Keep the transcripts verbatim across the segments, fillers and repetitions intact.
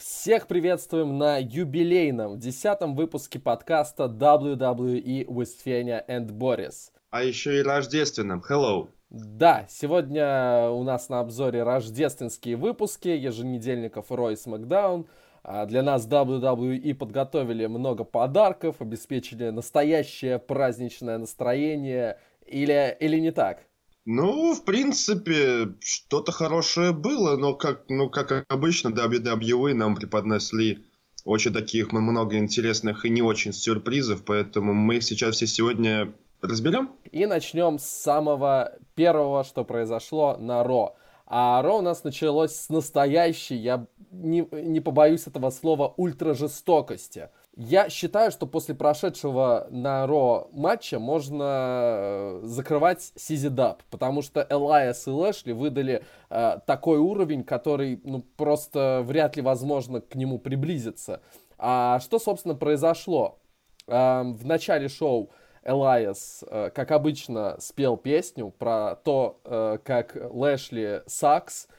Всех приветствуем на юбилейном десятом выпуске подкаста дабл ю дабл ю и with Fenya and Boris. А еще и рождественном. Hello. Да, сегодня у нас на обзоре рождественские выпуски еженедельников Raw и SmackDown. А Для нас дабл ю дабл ю и подготовили много подарков, обеспечили настоящее праздничное настроение. Или, или не так? Ну, в принципе, что-то хорошее было, но как, ну, как обычно, дабл ю дабл ю и нам преподнесли очень таких много интересных и не очень сюрпризов, поэтому мы их сейчас все сегодня разберем. И начнем с самого первого, что произошло на Ро. А Ро у нас началось с настоящей, я не, не побоюсь этого слова, ультражестокости. Я считаю, что после прошедшего на Ро матча можно э, закрывать Сизи Даб, потому что Элайас и Лэшли выдали э, такой уровень, который ну, просто вряд ли возможно к нему приблизиться. А что, собственно, произошло? Э, в начале шоу Элайас, э, как обычно, спел песню про то, э, как Лэшли сакс,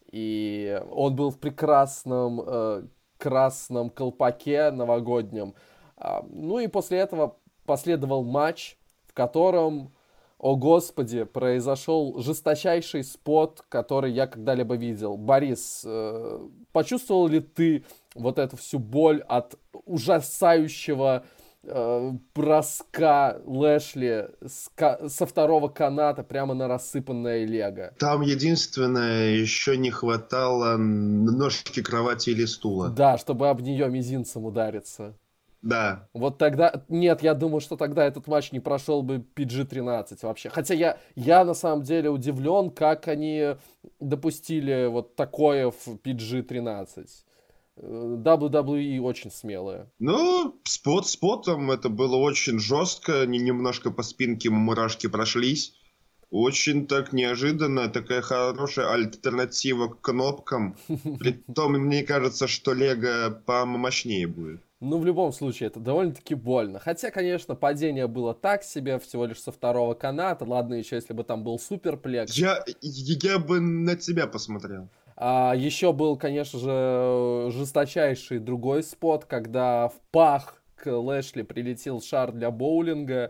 и он был в прекрасном э, красном колпаке новогоднем. А, ну и после этого последовал матч, в котором, о господи, произошел жесточайший спот, который я когда-либо видел. Борис, э, почувствовал ли ты вот эту всю боль от ужасающего э, броска Лэшли с ка- со второго каната прямо на рассыпанное лего? Там единственное, еще не хватало ножки кровати или стула. Да, чтобы об нее мизинцем удариться. Да. Вот тогда... Нет, я думаю, что тогда этот матч не прошел бы пи джи тринадцать вообще. Хотя я, я на самом деле удивлен, как они допустили вот такое в пи джи тринадцать. Э, дабл ю дабл ю и очень смелые. Ну, спот спотом это было очень жестко, не- немножко по спинке мурашки прошлись. Очень так неожиданно, такая хорошая альтернатива к кнопкам. Притом, мне кажется, что Лего помощнее будет. Ну, в любом случае, это довольно-таки больно. Хотя, конечно, падение было так себе, всего лишь со второго каната. Ладно, еще если бы там был суперплекс. Я, я бы на тебя посмотрел. А еще был, конечно же, жесточайший другой спот, когда в пах к Лэшли прилетел шар для боулинга.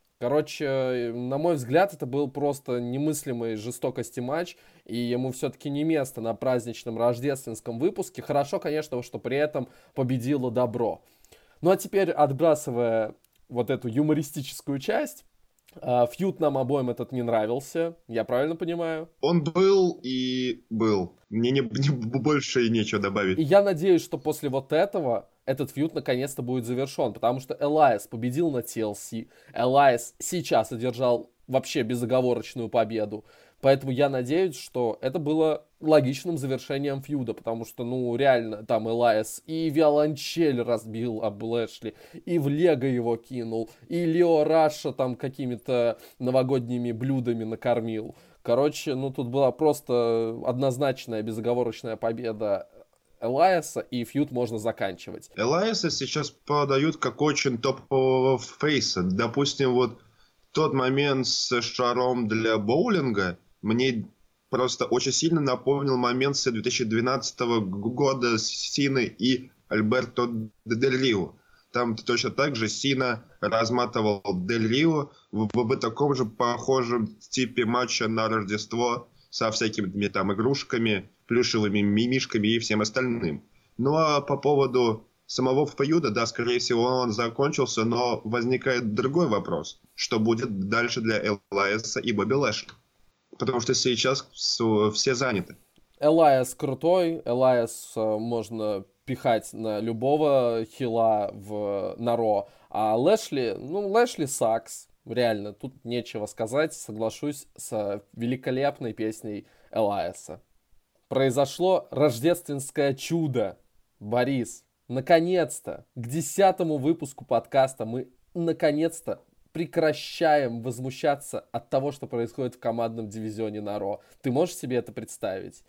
Короче, на мой взгляд, это был просто немыслимой жестокости матч, и ему все-таки не место на праздничном рождественском выпуске. Хорошо, конечно, что при этом победило добро. Ну а теперь, отбрасывая вот эту юмористическую часть, а, фьюд нам обоим этот не нравился, я правильно понимаю? Он был и был. Мне не, не- больше и нечего И добавить. я надеюсь, что после вот этого этот фьюд наконец-то будет завершен, потому что Элайас победил на ти эл си, Элайас сейчас одержал вообще безоговорочную победу, поэтому я надеюсь, что это было логичным завершением фьюда, потому что, ну, реально, там Элайас и виолончель разбил об Лэшли, и в лего его кинул, и Лео Раша там какими-то новогодними блюдами накормил. Короче, ну тут была просто однозначная безоговорочная победа Элайаса, и фьюд можно заканчивать. Элайса сейчас подают как очень топового фейса. Допустим, вот тот момент с шаром для боулинга мне просто очень сильно напомнил момент с две тысячи двенадцатого года с Синой и Альберто Дель Рио. Там точно так же Сина разматывал Дель Рио в, в таком же похожем типе матча на Рождество со всякими там игрушками, плюшевыми мимишками и всем остальным. Ну а по поводу самого фьюда, да, скорее всего, он закончился, но возникает другой вопрос. Что будет дальше для Элайаса и Бобби Лэшли? Потому что сейчас с- все заняты. Элайас крутой, Элайас э, можно пихать на любого хила в на Ро, а Лэшли, ну, Лэшли сакс, реально, тут нечего сказать, соглашусь с великолепной песней Элайаса. Произошло рождественское чудо. Борис, наконец-то, к десятому выпуску подкаста мы наконец-то прекращаем возмущаться от того, что происходит в командном дивизионе на Ро. Ты можешь себе это представить?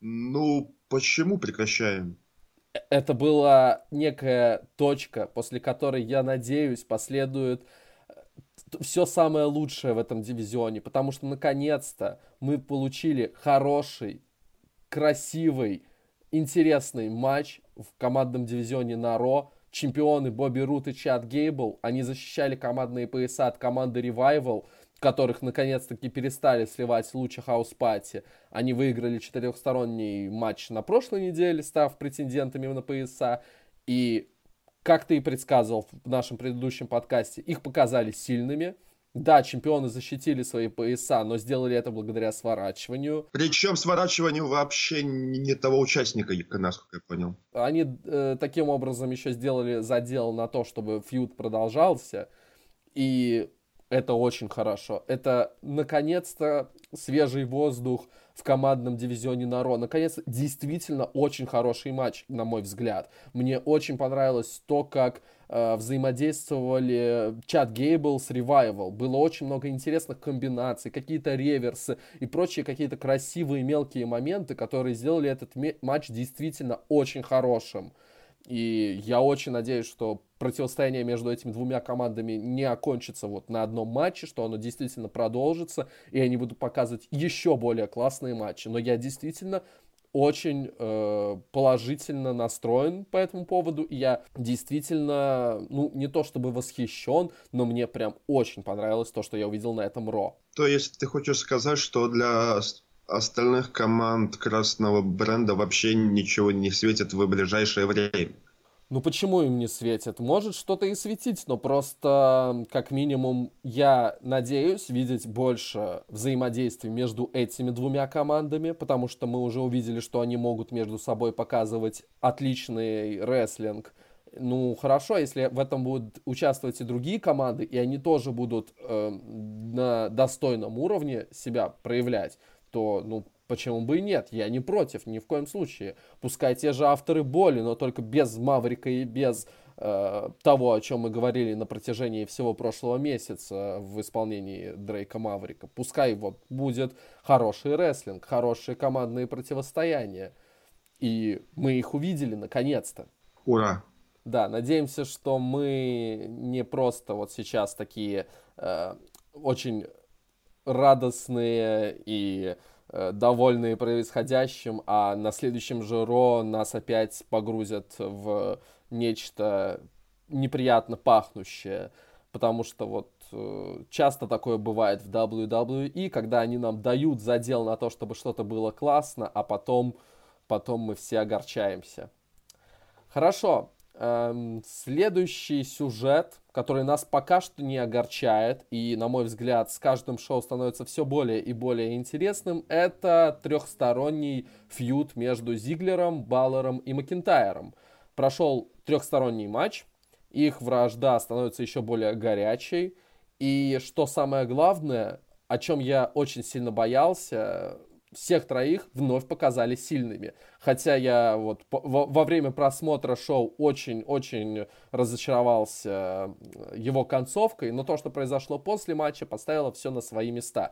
Ну, почему прекращаем? Это была некая точка, после которой, я надеюсь, последует все самое лучшее в этом дивизионе, потому что наконец-то мы получили хороший, красивый, интересный матч в командном дивизионе на Ро. Чемпионы Бобби Рут и Чад Гейбл, они защищали командные пояса от команды Revival, которых наконец-таки перестали сливать лучи Хаус Пати. Они выиграли четырехсторонний матч на прошлой неделе, став претендентами на пояса. И, как ты и предсказывал в нашем предыдущем подкасте, их показали сильными. Да, чемпионы защитили свои пояса, но сделали это благодаря сворачиванию. Причем сворачиванию вообще не того участника, насколько я понял. Они э, таким образом еще сделали задел на то, чтобы фьюд продолжался. И это очень хорошо. Это, наконец-то, свежий воздух в командном дивизионе на Ро. Наконец, действительно очень хороший матч, на мой взгляд. Мне очень понравилось то, как э, взаимодействовали Чад Гейбл с Revival. Было очень много интересных комбинаций, какие-то реверсы и прочие какие-то красивые мелкие моменты, которые сделали этот ме- матч действительно очень хорошим. И я очень надеюсь, что противостояние между этими двумя командами не окончится вот на одном матче, что оно действительно продолжится, и они будут показывать еще более классные матчи. Но я действительно очень э, положительно настроен по этому поводу, и я действительно, ну, не то чтобы восхищен, но мне прям очень понравилось то, что я увидел на этом Ро. То есть ты хочешь сказать, что для остальных команд красного бренда вообще ничего не светит в ближайшее время? Ну почему им не светит? Может что-то и светить, но просто, как минимум, я надеюсь видеть больше взаимодействия между этими двумя командами, потому что мы уже увидели, что они могут между собой показывать отличный рестлинг. Ну, хорошо, если в этом будут участвовать и другие команды, и они тоже будут э, на достойном уровне себя проявлять, то, ну, почему бы и нет? Я не против, ни в коем случае. Пускай те же авторы боли, но только без Маврика и без э, того, о чем мы говорили на протяжении всего прошлого месяца в исполнении Дрейка Маврика. Пускай вот будет хороший рестлинг, хорошие командные противостояния. И мы их увидели наконец-то. Ура! Да, надеемся, что мы не просто вот сейчас такие э, очень радостные и э, довольные происходящим, а на следующем же Ро нас опять погрузят в нечто неприятно пахнущее, потому что вот э, часто такое бывает в дабл ю дабл ю и, когда они нам дают задел на то, чтобы что-то было классно, а потом, потом мы все огорчаемся. Хорошо. Эм, следующий сюжет, который нас пока что не огорчает и, на мой взгляд, с каждым шоу становится все более и более интересным, это трехсторонний фьюд между Зиглером, Баллером и Макинтайром. Прошел трехсторонний матч, их вражда становится еще более горячей, и, что самое главное, о чем я очень сильно боялся, всех троих вновь показали сильными. Хотя я вот во, во время просмотра шоу очень-очень разочаровался его концовкой, но то, что произошло после матча, поставило все на свои места.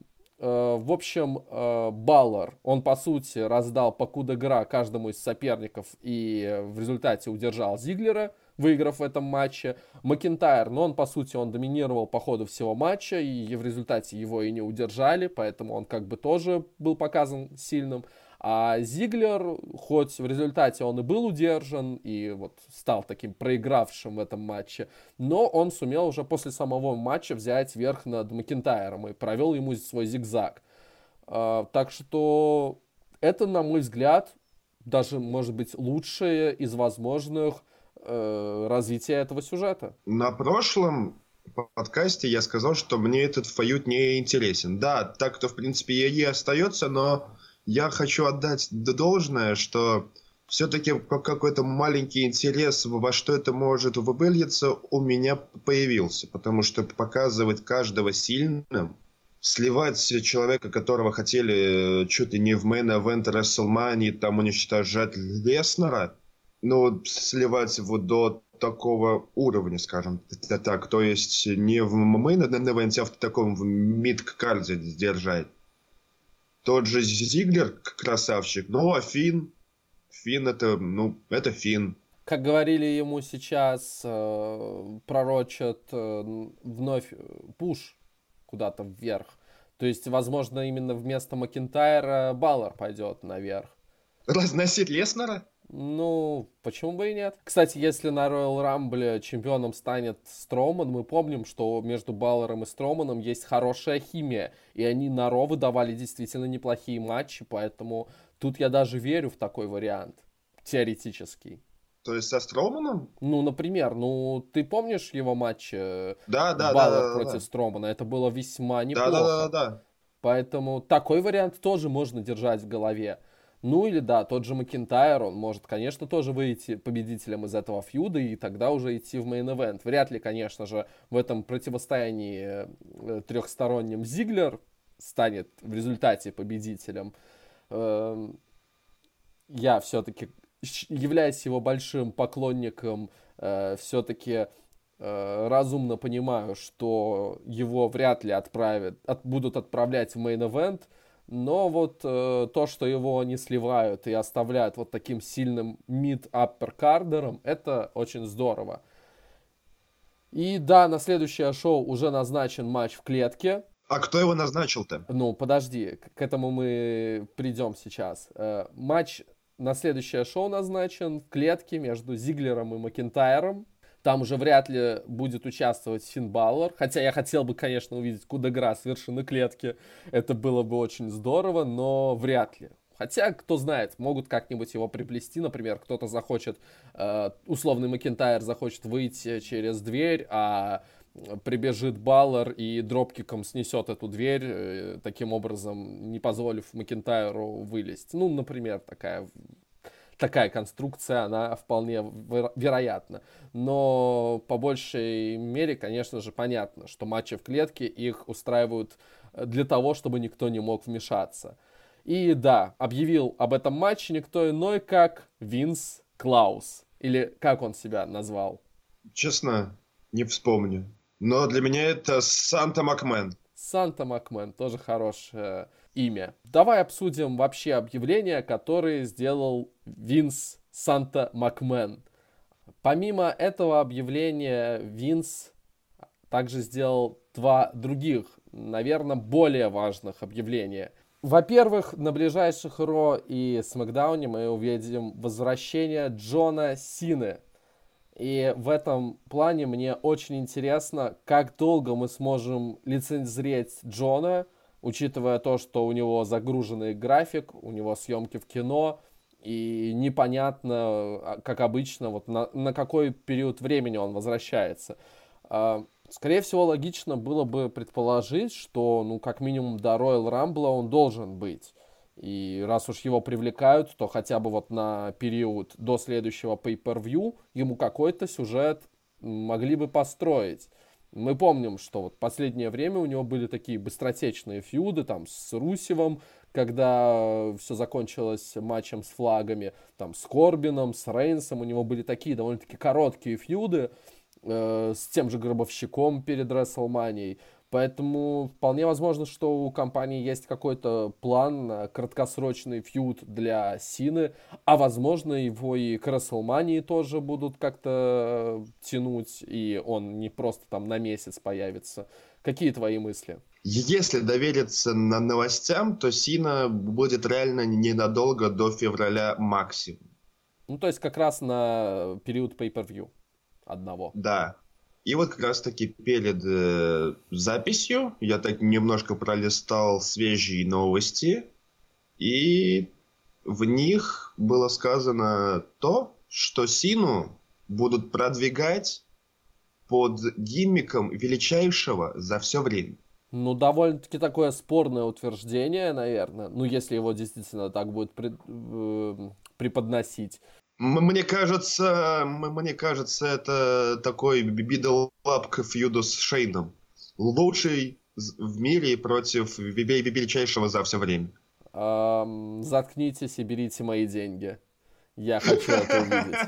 В общем, Баллер, он по сути раздал по ку де гра каждому из соперников и в результате удержал Зиглера, выиграв в этом матче. Макинтайр, но он по сути он доминировал по ходу всего матча, и в результате его и не удержали, поэтому он как бы тоже был показан сильным. А Зиглер, хоть в результате он и был удержан, и вот стал таким проигравшим в этом матче, но он сумел уже после самого матча взять верх над Макинтайром и провел ему свой зигзаг. А, так что это, на мой взгляд, даже, может быть, лучшее из возможных э, развития этого сюжета. На прошлом подкасте я сказал, что мне этот фьюд не интересен. Да, так-то, в принципе, и остается, но я хочу отдать должное, что все-таки какой-то маленький интерес, во что это может выльется, у меня появился. Потому что показывать каждого сильным, сливать человека, которого хотели чуть ли не в мейн-эвент WrestleMania, там уничтожать Леснера, ну, сливать его до такого уровня, скажем так. То есть не в мейн-эвенте, а в таком мид-карде держать. Тот же Зиглер красавчик, ну а Финн, Финн это, ну, это Финн. Как говорили ему сейчас, э, пророчат э, вновь пуш куда-то вверх. То есть, возможно, именно вместо Макинтайра Баллер пойдет наверх. Разносить Леснера? Ну, почему бы и нет? Кстати, если на Royal Rumble чемпионом станет Строуман, мы помним, что между Баллером и Строуманом есть хорошая химия, и они на Ро выдавали действительно неплохие матчи, поэтому тут я даже верю в такой вариант, теоретический. То есть со Строуманом? Ну, например, ну, ты помнишь его матч э, Да, да, да, Баллер да, да, против да. Стромана? Это было весьма Да, да, да, да, неплохо. да. Поэтому такой вариант тоже можно держать в голове. Ну или да, тот же Макинтайр, он может, конечно, тоже выйти победителем из этого фьюда и тогда уже идти в мейн-эвент. Вряд ли, конечно же, в этом противостоянии э, трехстороннем Зиглер станет в результате победителем. Эм, Я все-таки, являясь его большим поклонником, э, все-таки э, разумно понимаю, что его вряд ли отправят, от, будут отправлять в мейн-эвент, но вот э, то, что его не сливают и оставляют вот таким сильным мид-аппер-кардером, это очень здорово. И да, на следующее шоу уже назначен матч в клетке. А кто его назначил-то? Ну, подожди, к к этому мы придем сейчас. Э, матч на следующее шоу назначен в клетке между Зиглером и Макинтайром. Там уже вряд ли будет участвовать Финн Баллер. Хотя я хотел бы, конечно, увидеть Ку де Гра с вершины клетки. Это было бы очень здорово, но вряд ли. Хотя, кто знает, могут как-нибудь его приплести. Например, кто-то захочет, э, условный Макинтайр захочет выйти через дверь, а прибежит Баллер и дропкиком снесет эту дверь, э, таким образом не позволив Макинтайру вылезть. Ну, например, такая такая конструкция, она вполне веро- вероятна. Но по большей мере, конечно же, понятно, что матчи в клетке их устраивают для того, чтобы никто не мог вмешаться. И да, объявил об этом матче никто иной, как Винс Клаус. Или как он себя назвал? Честно, не вспомню. Но для меня это Санта Макмен. Санта Макмен, тоже хорошее имя. Давай обсудим вообще объявление, которое сделал Винс Санта Макмен. Помимо этого объявления, Винс также сделал два других, наверное, более важных объявления. Во-первых, на ближайших Ро и Смакдауне мы увидим возвращение Джона Сины. И в этом плане мне очень интересно, как долго мы сможем лицензировать Джона, учитывая то, что у него загруженный график, у него съемки в кино, и непонятно, а, как обычно, вот на, на какой период времени он возвращается. А, Скорее всего, логично было бы предположить, что, ну, как минимум до Royal Rumble он должен быть. И раз уж его привлекают, то хотя бы вот на период до следующего pay-per-view ему какой-то сюжет могли бы построить. Мы помним, что вот последнее время у него были такие быстротечные фьюды, там, с Русевым, когда все закончилось матчем с флагами, там, с Корбином, с Рейнсом, у него были такие довольно-таки короткие фьюды, э, с тем же Гробовщиком перед Рестлманией. Поэтому вполне возможно, что у компании есть какой-то план на краткосрочный фьюд для Сины, а возможно его и к Расселмании тоже будут как-то тянуть, и он не просто там на месяц появится. Какие твои мысли? Если довериться на новостям, то Сина будет реально ненадолго, до февраля максимум. Ну, то есть как раз на период pay-per-view одного. Да. И вот как раз-таки перед э, записью я так немножко пролистал свежие новости, и в них было сказано то, что Сину будут продвигать под гиммиком величайшего за все время. Ну, довольно-таки такое спорное утверждение, наверное. Ну, если его действительно так будет пред- э, преподносить. М- Мне кажется, м- мне кажется, это такой бидл-лап к фьюду с Шейном. Лучший з- в мире против ве- ве- величайшего за все время. Ам, заткнитесь и берите мои деньги. Я хочу это увидеть.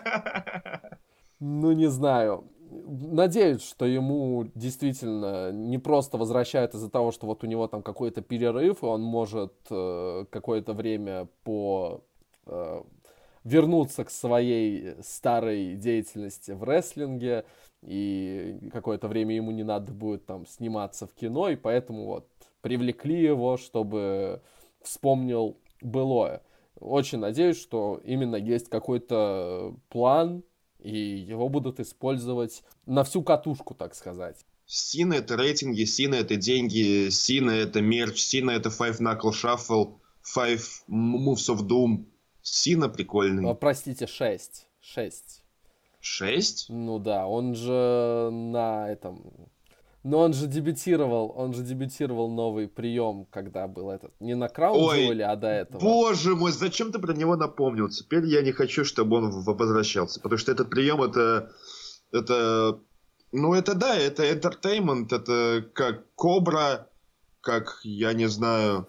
Ну, не знаю. Надеюсь, что ему действительно не просто возвращают из-за того, что вот у него там какой-то перерыв, и он может э, какое-то время по э, вернуться к своей старой деятельности в рестлинге, и какое-то время ему не надо будет там сниматься в кино, и поэтому вот привлекли его, чтобы вспомнил былое. очень надеюсь, что именно есть какой-то план, и его будут использовать на всю катушку, так сказать. Сина — это рейтинги, Сина — это деньги, Сина — это мерч, Сина — это Five Knuckle Shuffle, Five Moves of Doom. Сина прикольный. А, простите, шесть. Шесть. Шесть? Ну да, он же на этом... Но он же дебютировал, он же дебютировал новый прием, когда был этот, не на Краун Джуэле, а до этого. Боже мой, зачем ты про него напомнил? Теперь я не хочу, чтобы он возвращался, потому что этот прием, это, это, ну это да, это entertainment, это как Кобра, как, я не знаю,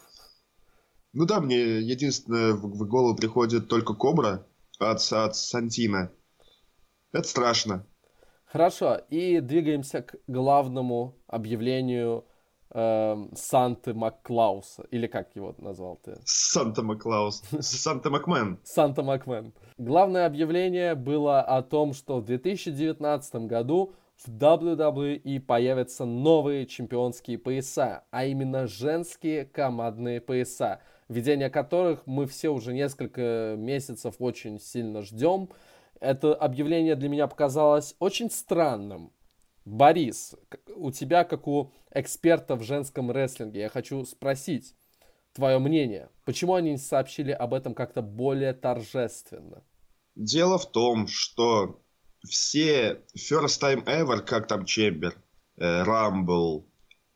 ну да, мне единственное в, в голову приходит только Кобра от, от Сантина. Это страшно. Хорошо, и двигаемся к главному объявлению э, Санты Макклауса. Или как его назвал ты? Санта Маклаус. Санта Макмен. Санта Макмен. Главное объявление было о том, что в две тысячи девятнадцатом году в дабл ю дабл ю и появятся новые чемпионские пояса, а именно женские командные пояса, введение которых мы все уже несколько месяцев очень сильно ждем. Это объявление для меня показалось очень странным. Борис, у тебя, как у эксперта в женском рестлинге, я хочу спросить твое мнение. Почему они не сообщили об этом как-то более торжественно? Дело в том, что все First Time Ever, как там Чембер, Rumble,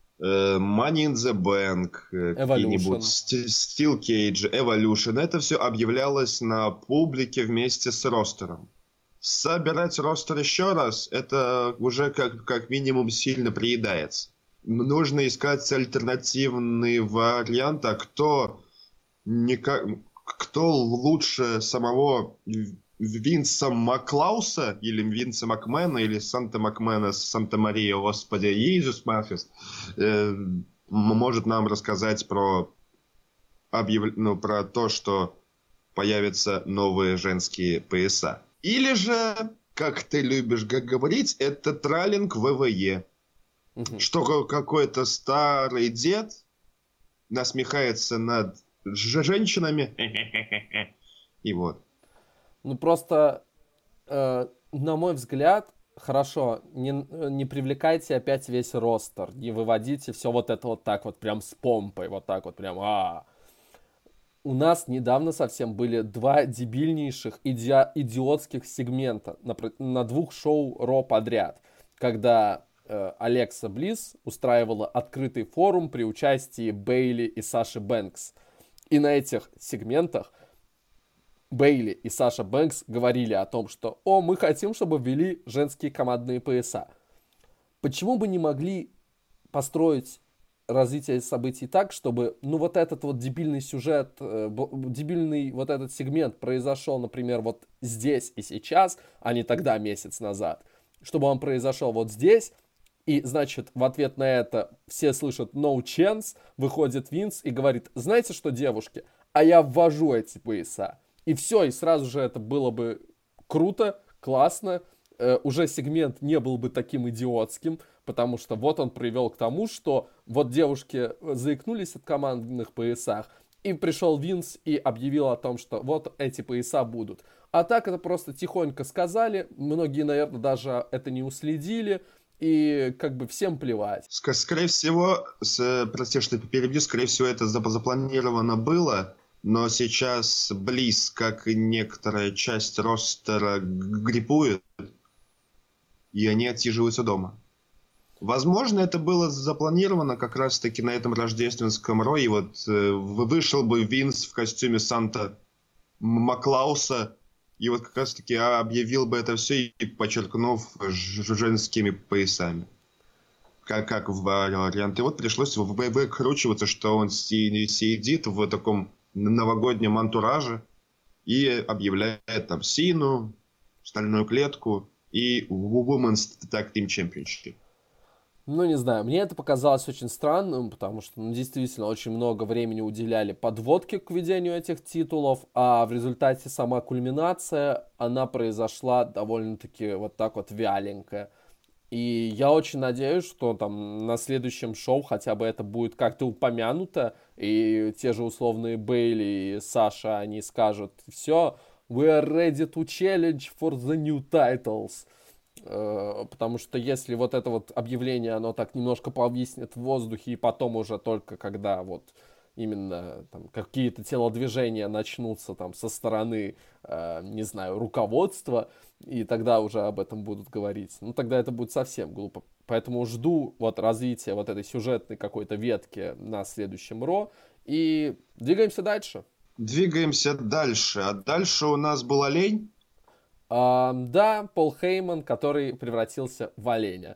Money in the Bank, какие-нибудь Steel Cage, Evolution, это все объявлялось на публике вместе с ростером. Собирать ростер еще раз, это уже как, как минимум сильно приедается. Нужно искать альтернативный вариант, а кто, не как, кто лучше самого Винса Маклауса или Винса Макмена или Санта Макмена с Санта-Мария, господи, Иисус Мафис, э, может нам рассказать про, объяв... ну, про то, что появятся новые женские пояса. Или же, как ты любишь говорить, это троллинг ВВЕ. Угу. Что какой-то старый дед насмехается над женщинами. И вот. Ну просто, э, на мой взгляд, хорошо, не, не привлекайте опять весь ростер, не выводите все вот это вот так вот прям с помпой, вот так вот прям а У нас недавно совсем были два дебильнейших иди- идиотских сегмента на, на двух шоу Ро подряд, когда э, Алекса Блисс устраивала открытый форум при участии Бейли и Саши Бэнкс. И на этих сегментах Бейли и Саша Бэнкс говорили о том, что «О, мы хотим, чтобы ввели женские командные пояса». Почему бы не могли построить развитие событий так, чтобы, ну, вот этот вот дебильный сюжет, э, дебильный вот этот сегмент произошел, например, вот здесь и сейчас, а не тогда, месяц назад. Чтобы он произошел вот здесь, и, значит, в ответ на это все слышат «no chance», выходит Винс и говорит: знаете что, девушки, а я ввожу эти пояса. И все, и сразу же это было бы круто, классно, э, уже сегмент не был бы таким идиотским, потому что вот он привел к тому, что вот девушки заикнулись от командных поясах, и пришел Винс и объявил о том, что вот эти пояса будут. А так это просто тихонько сказали, многие, наверное, даже это не уследили, и как бы всем плевать. Скорее всего, с, прости, что перебью, скорее всего, это запланировано было, но сейчас Блисс, как и некоторая часть ростера, гриппует, и они отсиживаются дома. Возможно, это было запланировано как раз-таки на этом рождественском Ро, и вот э, вышел бы Винс в костюме Санта Маклауса, и вот как раз-таки объявил бы это все, и подчеркнув женскими поясами. Как, как в варианте. И вот пришлось выкручиваться, что он сидит в таком новогоднем антураже и объявляет там Сину, Стальную клетку и Women's Tag Team Championship. Ну, не знаю, мне это показалось очень странным, потому что, ну, действительно, очень много времени уделяли подводке к ведению этих титулов, а в результате сама кульминация, она произошла довольно-таки вот так вот вяленькая. И я очень надеюсь, что там на следующем шоу хотя бы это будет как-то упомянуто, и те же условные Бейли и Саша, они скажут: все, we are ready to challenge for the new titles. Э, Потому что если вот это вот объявление, оно так немножко повиснет в воздухе, и потом уже только когда вот именно там какие-то телодвижения начнутся там со стороны, э, не знаю, руководства, и тогда уже об этом будут говорить, ну тогда это будет совсем глупо. Поэтому жду вот развития вот этой сюжетной какой-то ветки на следующем Ро, и двигаемся дальше. Двигаемся дальше. А дальше у нас был олень. А, да, Пол Хейман, который превратился в оленя.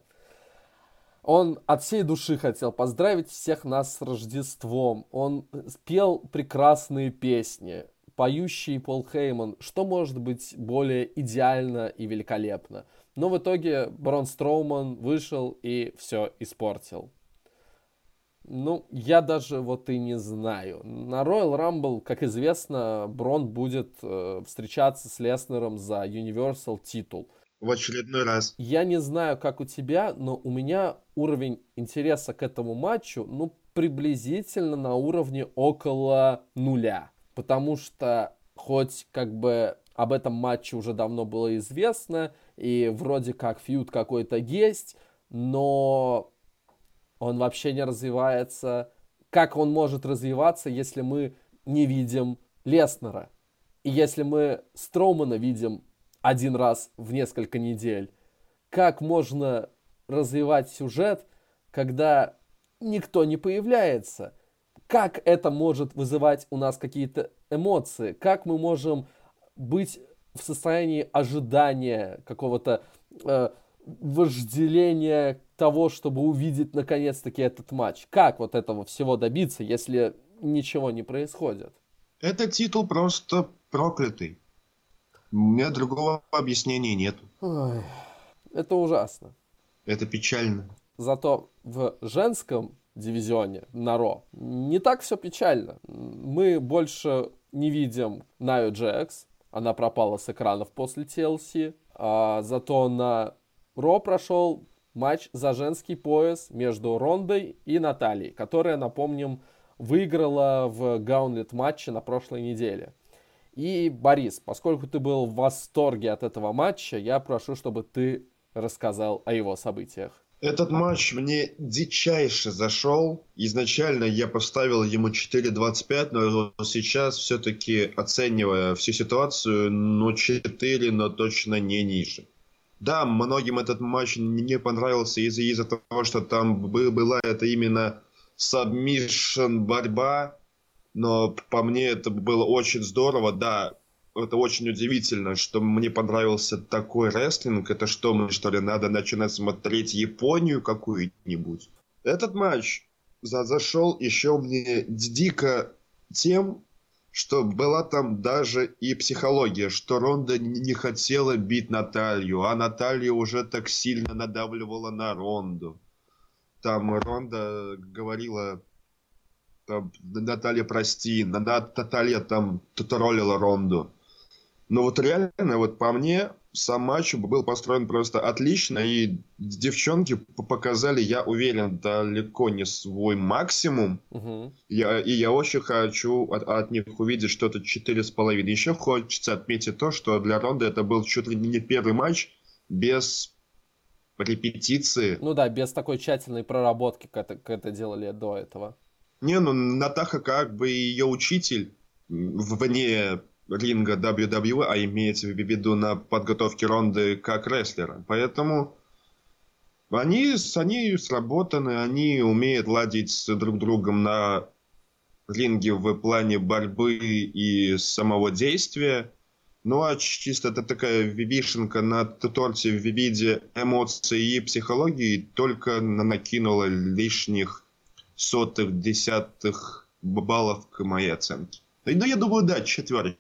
Он от всей души хотел поздравить всех нас с Рождеством. Он пел прекрасные песни. Поющий Пол Хейман. Что может быть более идеально и великолепно? Но в итоге Брон Строуман вышел и все испортил. Ну, я даже вот и не знаю. На Royal Rumble, как известно, Брон будет э, встречаться с Леснером за Universal титул. В очередной раз. Я не знаю, как у тебя, но у меня уровень интереса к этому матчу, ну, приблизительно на уровне около нуля. Потому что хоть как бы об этом матче уже давно было известно, и вроде как фьюд какой-то есть, но он вообще не развивается. Как он может развиваться, если мы не видим Леснера? И если мы Строумана видим один раз в несколько недель? Как можно развивать сюжет, когда никто не появляется? Как это может вызывать у нас какие-то эмоции? Как мы можем быть в состоянии ожидания какого-то э, вожделения того, чтобы увидеть наконец-таки этот матч? Как вот этого всего добиться, если ничего не происходит? Этот титул просто проклятый. У меня другого объяснения нет. Ой, это ужасно. Это печально. Зато в женском дивизионе на Ро не так все печально. Мы больше не видим Найю Джекс. Она пропала с экранов после ти эл си. А зато на Ро прошел матч за женский пояс между Рондой и Натальей, которая, напомним, выиграла в гаунтлет матче на прошлой неделе. И, Борис, поскольку ты был в восторге от этого матча, я прошу, чтобы ты рассказал о его событиях. Этот матч мне дичайше зашел. Изначально я поставил ему четыре двадцать пять, но сейчас все-таки, оценивая всю ситуацию, ну четыре, но точно не ниже. Да, многим этот матч не понравился из-за, из-за того, что там была это именно сабмишн борьба. Но по мне это было очень здорово, да, это очень удивительно, что мне понравился такой рестлинг. Это что, мне что ли надо начинать смотреть Японию какую-нибудь? Этот матч за- зашел еще мне дико тем, что была там даже и психология, что Ронда не хотела бить Наталью, а Наталья уже так сильно надавливала на Ронду. Там Ронда говорила... Там, Наталья, прости, Наталья там троллила Ронду. Но вот реально, вот по мне, сам матч был построен просто отлично, и девчонки показали, я уверен, далеко не свой максимум. Угу. Я, и я очень хочу от, от них увидеть что-то четыре с половиной. Еще хочется отметить то, что для Ронды это был чуть ли не первый матч без репетиции. Ну да, без такой тщательной проработки, как это, как это делали до этого. Не, ну Натаха как бы ее учитель вне ринга дабл ю дабл ю и, а имеется в виду на подготовке Ронды как рестлера. Поэтому они, они сработаны, они умеют ладить с друг другом на ринге в плане борьбы и самого действия. Ну а чисто это такая вишенка на торте в виде эмоций и психологии только накинула лишних сотых, десятых баллов к моей оценке. Ну, я думаю, да, четверочка.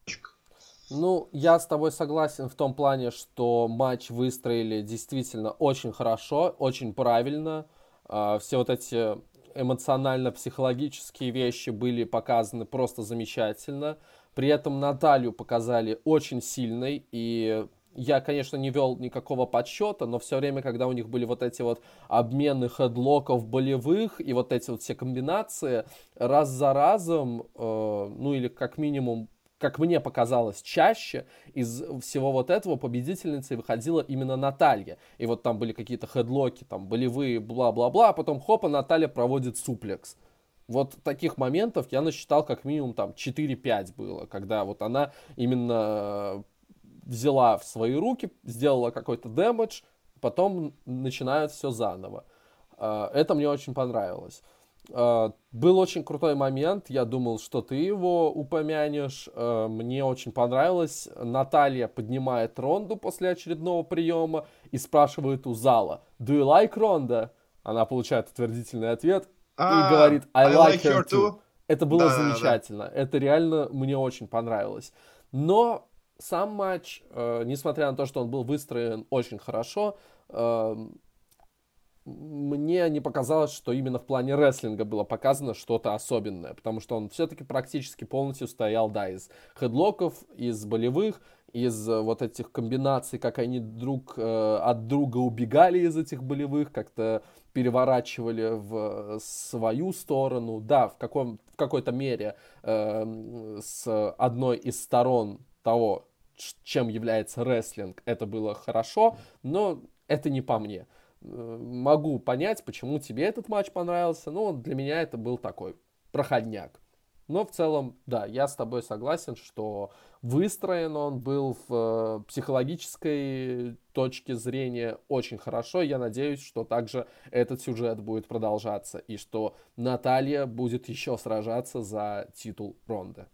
Ну, я с тобой согласен в том плане, что матч выстроили действительно очень хорошо, очень правильно. Все вот эти эмоционально-психологические вещи были показаны просто замечательно. При этом Наталью показали очень сильной, и я, конечно, не вел никакого подсчета, но все время, когда у них были вот эти вот обмены хедлоков болевых и вот эти вот все комбинации, раз за разом, э, ну или как минимум, как мне показалось, чаще из всего вот этого победительницей выходила именно Наталья. И вот там были какие-то хедлоки, там болевые, бла-бла-бла, а потом хопа, Наталья проводит суплекс. Вот таких моментов я насчитал как минимум там четыре-пять было, когда вот она именно взяла в свои руки, сделала какой-то дэмэдж, потом начинают все заново. Это мне очень понравилось. Был очень крутой момент, я думал, что ты его упомянешь. Мне очень понравилось. Наталья поднимает Ронду после очередного приема и спрашивает у зала: «Do you like Ronda?» Она получает утвердительный ответ и говорит: «I, I like her too». Это было да, замечательно. Да. Это реально мне очень понравилось. Но сам матч, несмотря на то, что он был выстроен очень хорошо, мне не показалось, что именно в плане рестлинга было показано что-то особенное, потому что он все-таки практически полностью стоял, да, из хедлоков, из болевых, из вот этих комбинаций, как они друг э, от друга убегали из этих болевых, как-то переворачивали в свою сторону. Да, в, каком, в какой-то мере э, с одной из сторон того, чем является рестлинг, это было хорошо, но это не по мне. Могу понять, почему тебе этот матч понравился, но для меня это был такой проходняк. Но в целом, да, я с тобой согласен, что выстроен он был в психологической точке зрения очень хорошо. Я надеюсь, что также этот сюжет будет продолжаться и что Наталья будет еще сражаться за титул Ронды.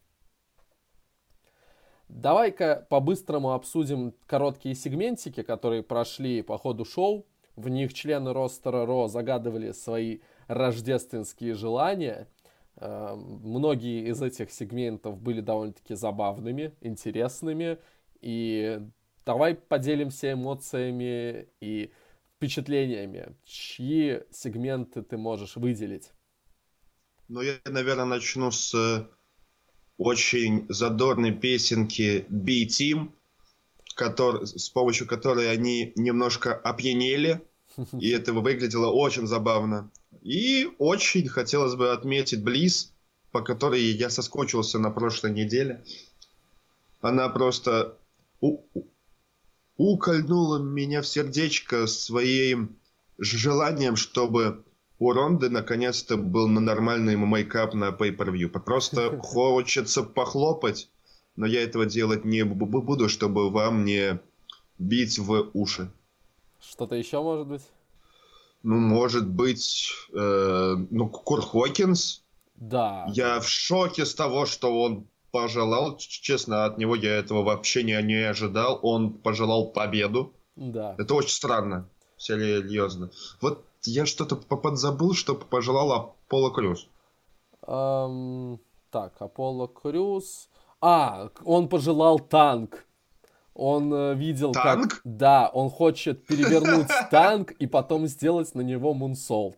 Давай-ка по-быстрому обсудим короткие сегментики, которые прошли по ходу шоу. В них члены ростера Ро загадывали свои рождественские желания. Э, многие из этих сегментов были довольно-таки забавными, интересными. И давай поделимся эмоциями и впечатлениями. Чьи сегменты ты можешь выделить? Ну, я, наверное, начну с очень задорной песенки B-Team, который, с помощью которой они немножко опьянели, и это выглядело очень забавно. И очень хотелось бы отметить Близ, по которой я соскучился на прошлой неделе. Она просто у- укольнула меня в сердечко своим желанием, чтобы у Ронды наконец-то был нормальный мейкап на pay-per-view. Просто хочется похлопать, но я этого делать не буду, чтобы вам не бить в уши. Что-то еще может быть? Ну, может быть, э, ну, Курт Хокинс. Да. Я да. в шоке с того, что он пожелал. Честно, от него я этого вообще не, не ожидал. Он пожелал победу. Да. Это очень странно. Серьезно. Вот я что-то подзабыл, что пожелал Аполло Крюс. Um, так, Аполло Крюс... А, он пожелал танк. Он э, видел, танк? как... Да, он хочет перевернуть танк и потом сделать на него мунсолт.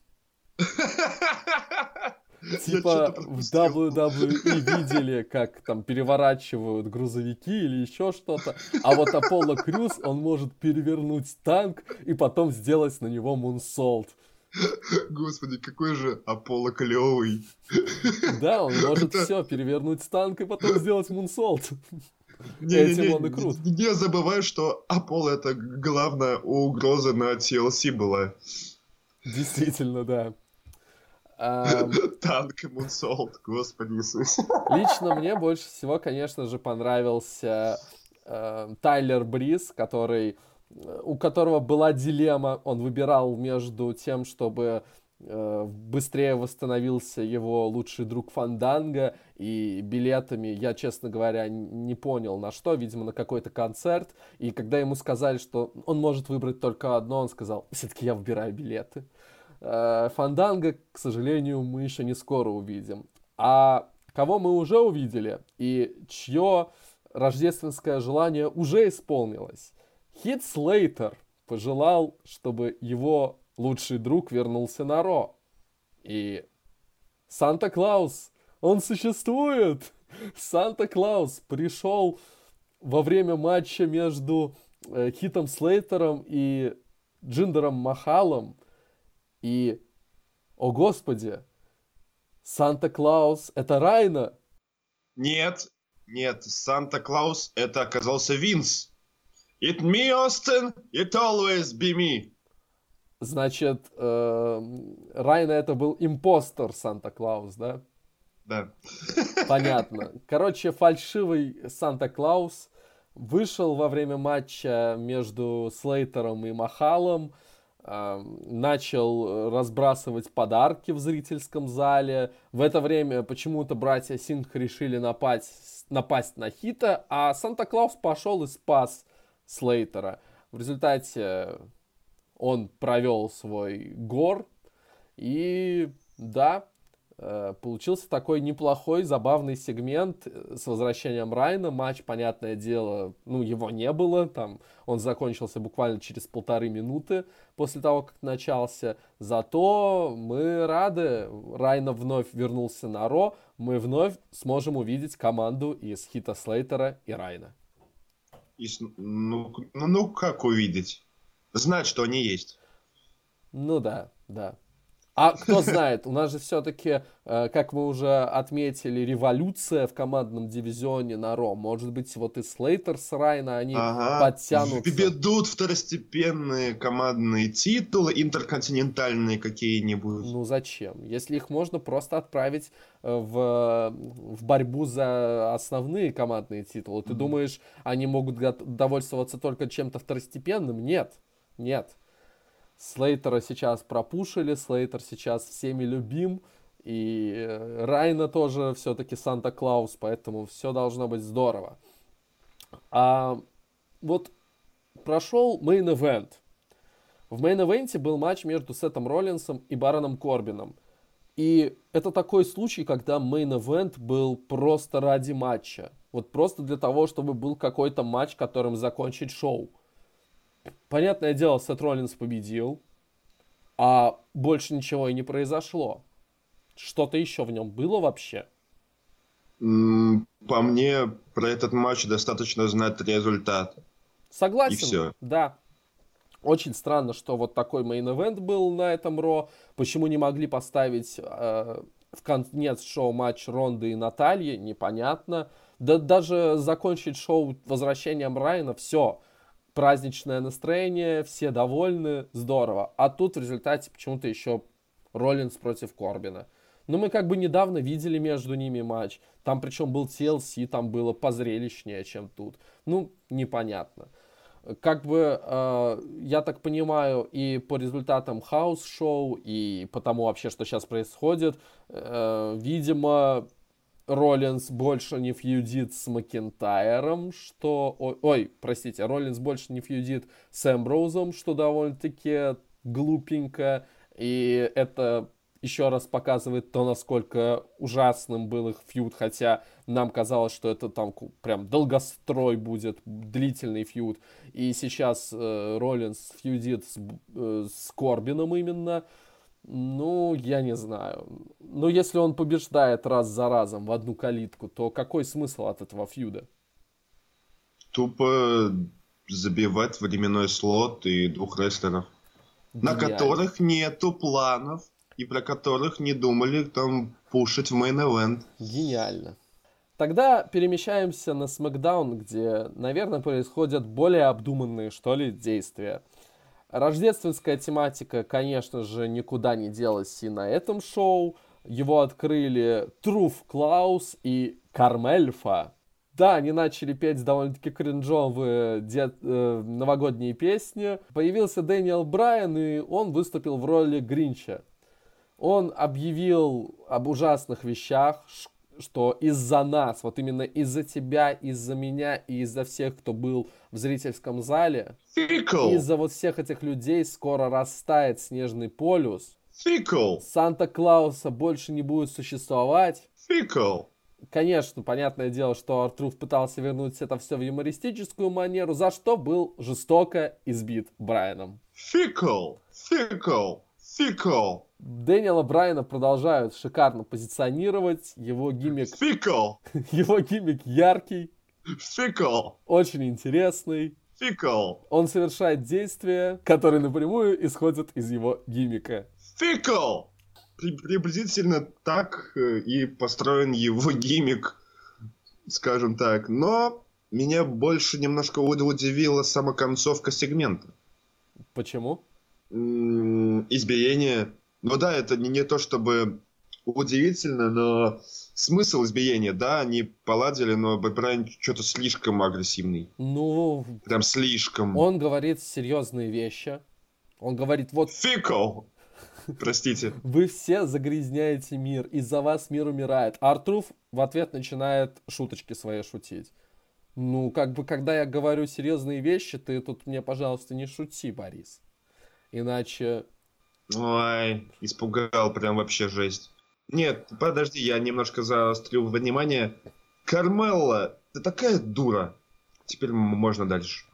Типа в дабл ю дабл ю и видели, как там переворачивают грузовики или еще что-то. А вот Аполло Крюс, он может перевернуть танк и потом сделать на него мунсолт. Господи, какой же Аполло клевый. Да, он может все перевернуть танк и потом сделать мунсолт. Не, Этим не, он и крут. Не, не забывай, что Аполло это главная угроза на ти эл си была. Действительно, да. Танк и мунсолт, господи Иисус. Лично мне больше всего, конечно же, понравился э, Тайлер Бриз, который, у которого была дилемма. Он выбирал между тем, чтобы э, быстрее восстановился его лучший друг Фанданго, и билетами, я, честно говоря, не понял на что, видимо, на какой-то концерт. И когда ему сказали, что он может выбрать только одно, он сказал: все-таки я выбираю билеты. Фанданго, к сожалению, мы еще не скоро увидим. А кого мы уже увидели и чье рождественское желание уже исполнилось? Хит Слейтер пожелал, чтобы его лучший друг вернулся на Ро. И Санта-Клаус, он существует! Санта-Клаус пришел во время матча между э, Хитом Слейтером и Джиндером Махалом, и, о господи, Санта-Клаус — это Райна? Нет, нет, Санта-Клаус — это оказался Винс. It me, Austin, it always be me. Значит, э, Райна — это был импостер Санта-Клаус, да? Да. Понятно. Короче, фальшивый Санта-Клаус вышел во время матча между Слейтером и Махалом, э, начал разбрасывать подарки в зрительском зале. В это время почему-то братья Сингх решили напасть, напасть на Хита, а Санта-Клаус пошел и спас Слейтера. В результате он провел свой гор, и да, получился такой неплохой, забавный сегмент с возвращением Райна. Матч, понятное дело, ну, его не было, там он закончился буквально через полторы минуты после того, как начался. Зато мы рады, Райна вновь вернулся на Ро, мы вновь сможем увидеть команду из Хита Слейтера и Райна. И, ну, ну, ну, как увидеть? Знать, что они есть. Ну да, да. А кто знает, у нас же все-таки, э, как мы уже отметили, революция в командном дивизионе на Ро. Может быть, вот и Слейтер с Райна, они ага. подтянутся. Ведут второстепенные командные титулы, интерконтинентальные какие-нибудь. Ну зачем? Если их можно просто отправить в, в борьбу за основные командные титулы. Ты mm-hmm. думаешь, они могут довольствоваться только чем-то второстепенным? Нет, нет. Слейтера сейчас пропушили, Слейтер сейчас всеми любим, и Райна тоже все-таки Санта-Клаус, поэтому все должно быть здорово. А вот прошел мейн-эвент. В мейн-эвенте был матч между Сетом Роллинсом и Бароном Корбином. И это такой случай, когда мейн-эвент был просто ради матча. Вот просто для того, чтобы был какой-то матч, которым закончить шоу. Понятное дело, Сет Роллинс победил, а больше ничего и не произошло. Что-то еще в нем было вообще? По мне, про этот матч достаточно знать результат. Согласен, и все. Да. Очень странно, что вот такой мейн-эвент был на этом Ро. Почему не могли поставить э, в конец шоу матч Ронды и Натальи, непонятно. Да даже закончить шоу возвращением Райана, все. Праздничное настроение, все довольны, здорово. А тут в результате почему-то еще Роллинс против Корбина. Ну, мы как бы недавно видели между ними матч. Там причем был ти эл си, там было позрелищнее, чем тут. Ну, непонятно. Как бы, э, я так понимаю, и по результатам хаус-шоу, и по тому вообще, что сейчас происходит, э, видимо... Роллинс больше не фьюдит с Макентайром, что... Ой, ой, простите, Роллинс больше не фьюдит с Эмброузом, что довольно-таки глупенько. И это еще раз показывает то, насколько ужасным был их фьюд. Хотя нам казалось, что это там прям долгострой будет, длительный фьюд. И сейчас э, Роллинс фьюдит с, э, с Корбином именно. Ну, я не знаю. Но если он побеждает раз за разом в одну калитку, то какой смысл от этого фьюда? Тупо забивать временной слот и двух рестлеров, Гениально. На которых нету планов и про которых не думали там пушить в мейн-эвент. Гениально. Тогда перемещаемся на SmackDown, где, наверное, происходят более обдуманные, что ли, действия. Рождественская тематика, конечно же, никуда не делась и на этом шоу. Его открыли Труф Клаус и Кармельфа. Да, они начали петь довольно-таки кринжовые дед, э, новогодние песни. Появился Дэниел Брайан, и он выступил в роли Гринча. Он объявил об ужасных вещах, что из-за нас, вот именно из-за тебя, из-за меня и из-за всех, кто был в зрительском зале, Fickle. из-за вот всех этих людей скоро растает снежный полюс. Fickle. Санта-Клауса больше не будет существовать. Fickle. Конечно, понятное дело, что Артруф пытался вернуть это все в юмористическую манеру, за что был жестоко избит Брайаном. Fickle. Fickle. Fickle. Дэниела Брайана продолжают шикарно позиционировать. Его гиммик... Fickle. Его гиммик яркий. Фикл. Очень интересный. Фикл. Он совершает действия, которые напрямую исходят из его гиммика. Фикл. При- приблизительно так э, и построен его гиммик, скажем так. Но меня больше немножко уд- удивила сама концовка сегмента. Почему? М, Избиение. Ну да, это не, не то чтобы удивительно, но смысл избиения, да, они поладили, но Брайан что-то слишком агрессивный. Ну, Прям слишком. он говорит серьезные вещи. Он говорит, вот Фикл. Простите. вы все загрязняете мир, из-за вас мир умирает. А Артруф в ответ начинает шуточки свои шутить. Ну, как бы, когда я говорю серьезные вещи, ты тут мне, пожалуйста, не шути, Борис. Иначе... Ой, испугал, прям вообще жесть. Нет, подожди, я немножко заострил внимание. Кармелла, ты такая дура. Теперь м- можно дальше.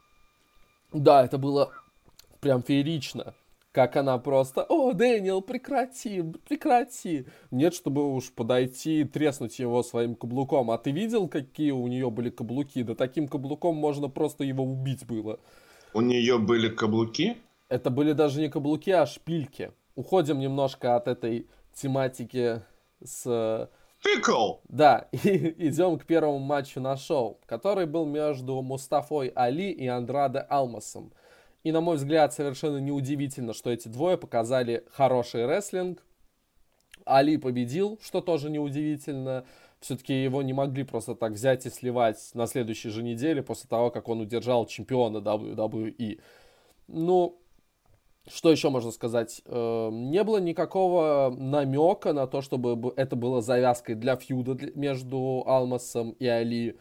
Да, это было прям феерично. Как она просто, о, Дэниел, прекрати, прекрати. Нет, чтобы уж подойти и треснуть его своим каблуком. А ты видел, какие у нее были каблуки? Да таким каблуком можно просто его убить было. У нее были каблуки? Это были даже не каблуки, а шпильки. Уходим немножко от этой тематики с... Фикл! Да, и идем к первому матчу на шоу, который был между Мустафой Али и Андраде Алмасом. И, на мой взгляд, совершенно неудивительно, что эти двое показали хороший рестлинг. Али победил, что тоже неудивительно. Все-таки его не могли просто так взять и сливать на следующей же неделе после того, как он удержал чемпиона дабл ю дабл ю и. Ну, что еще можно сказать? Э, Не было никакого намека на то, чтобы б- это было завязкой для фьюда для- между Алмасом и Али.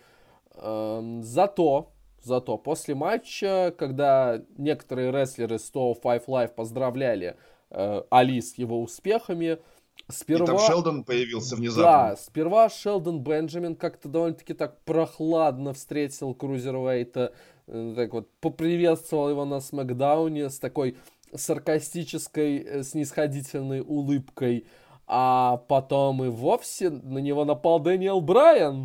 Эм, Зато, зато после матча, когда некоторые рестлеры сто пять Live поздравляли э, Али с его успехами, И там сперва... Шелдон появился Да, внезапно. сперва Шелдон Бенджамин как-то довольно-таки так прохладно встретил Крузервейта, э, так вот поприветствовал его на Смакдауне с такой саркастической, э, снисходительной улыбкой, а потом и вовсе на него напал Дэниел Брайан,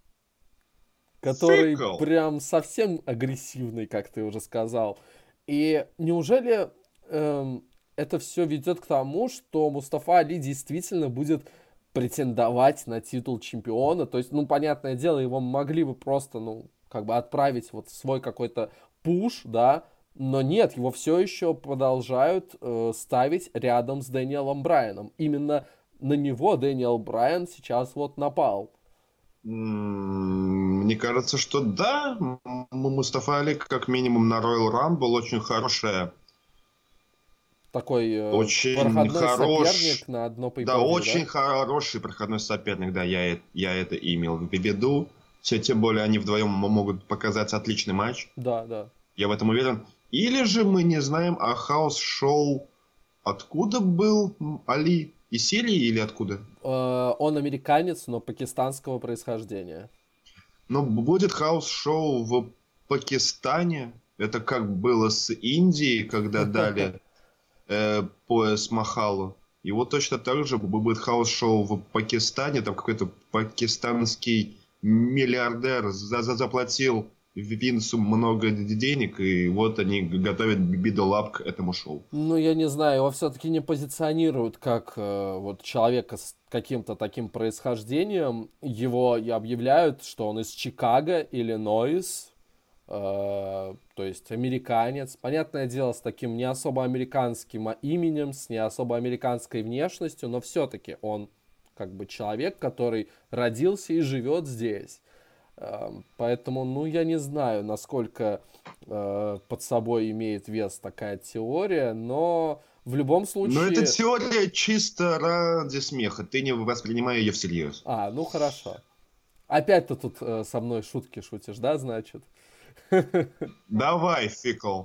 который Фикл! прям совсем агрессивный, как ты уже сказал. И неужели эм, это все ведет к тому, что Мустафа Али действительно будет претендовать на титул чемпиона? То есть, ну, понятное дело, его могли бы просто, ну, как бы отправить вот в свой какой-то пуш, да, но нет, его все еще продолжают э, ставить рядом с Дэниелом Брайаном. Именно на него Дэниел Брайан сейчас вот напал. М, Мне кажется, что да. М- Мустафа Али, как минимум, на Royal Rumble очень хорошая, Такой э, очень проходной хорош. соперник на одно Да, pay-per-view, очень да? хороший проходной соперник, да, я, э- я это имел в виду. Все, тем более они вдвоем м- могут показать отличный матч, Да, да. я в этом уверен. Или же мы не знаем о хаус-шоу, откуда был м, Али? Из Сирии или откуда? Э, он американец, но пакистанского происхождения. Но будет хаус-шоу в Пакистане. Это как было с Индией, когда дали э, пояс Махалу. И вот точно так же будет хаус-шоу в Пакистане. Там какой-то пакистанский миллиардер за за- заплатил Винсу много д- денег, и вот они г- готовят бидолап к этому шоу. Ну, я не знаю, его все-таки не позиционируют как э, вот человека с каким-то таким происхождением. Его и объявляют, что он из Чикаго, Иллинойс, э, то есть американец. Понятное дело, с таким не особо американским именем, с не особо американской внешностью, но все-таки он как бы человек, который родился и живет здесь. Эм, Поэтому, ну, я не знаю, насколько э, под собой имеет вес такая теория, но в любом Но эта случае... теория чисто ради смеха. Ты не воспринимай ее всерьез. А, ну хорошо. Опять ты тут э, со мной шутки шутишь, да, значит? Давай, Фикл.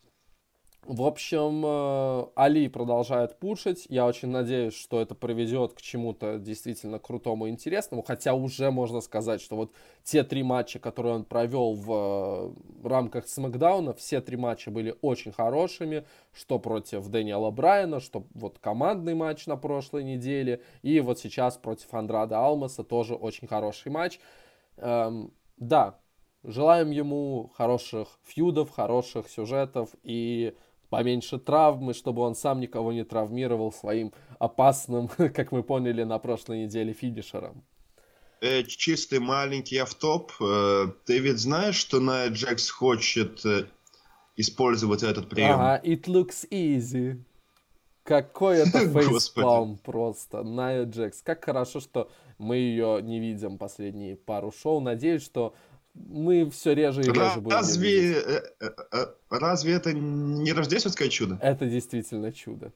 В общем, э, Али продолжает пушить. Я очень надеюсь, что это приведет к чему-то действительно крутому и интересному. Хотя уже можно сказать, что вот те три матча, которые он провел в э, рамках Смакдауна, все три матча были очень хорошими. Что против Дэниела Брайана, что вот командный матч на прошлой неделе. И вот сейчас против Андрада Алмаса тоже очень хороший матч. Эм, да, Желаем ему хороших фьюдов, хороших сюжетов и поменьше травмы, чтобы он сам никого не травмировал своим опасным, как мы поняли на прошлой неделе, финишером. Э, чистый маленький автоп. Э, ты ведь знаешь, что Nia Jax хочет э, использовать этот прием? Ага, it looks easy. Какой это фейспалм просто. Nia Jax. Как хорошо, что мы ее не видим последние пару шоу. Надеюсь, что мы все реже и реже будем разве, э, э, разве это не рождественское чудо? Это действительно чудо.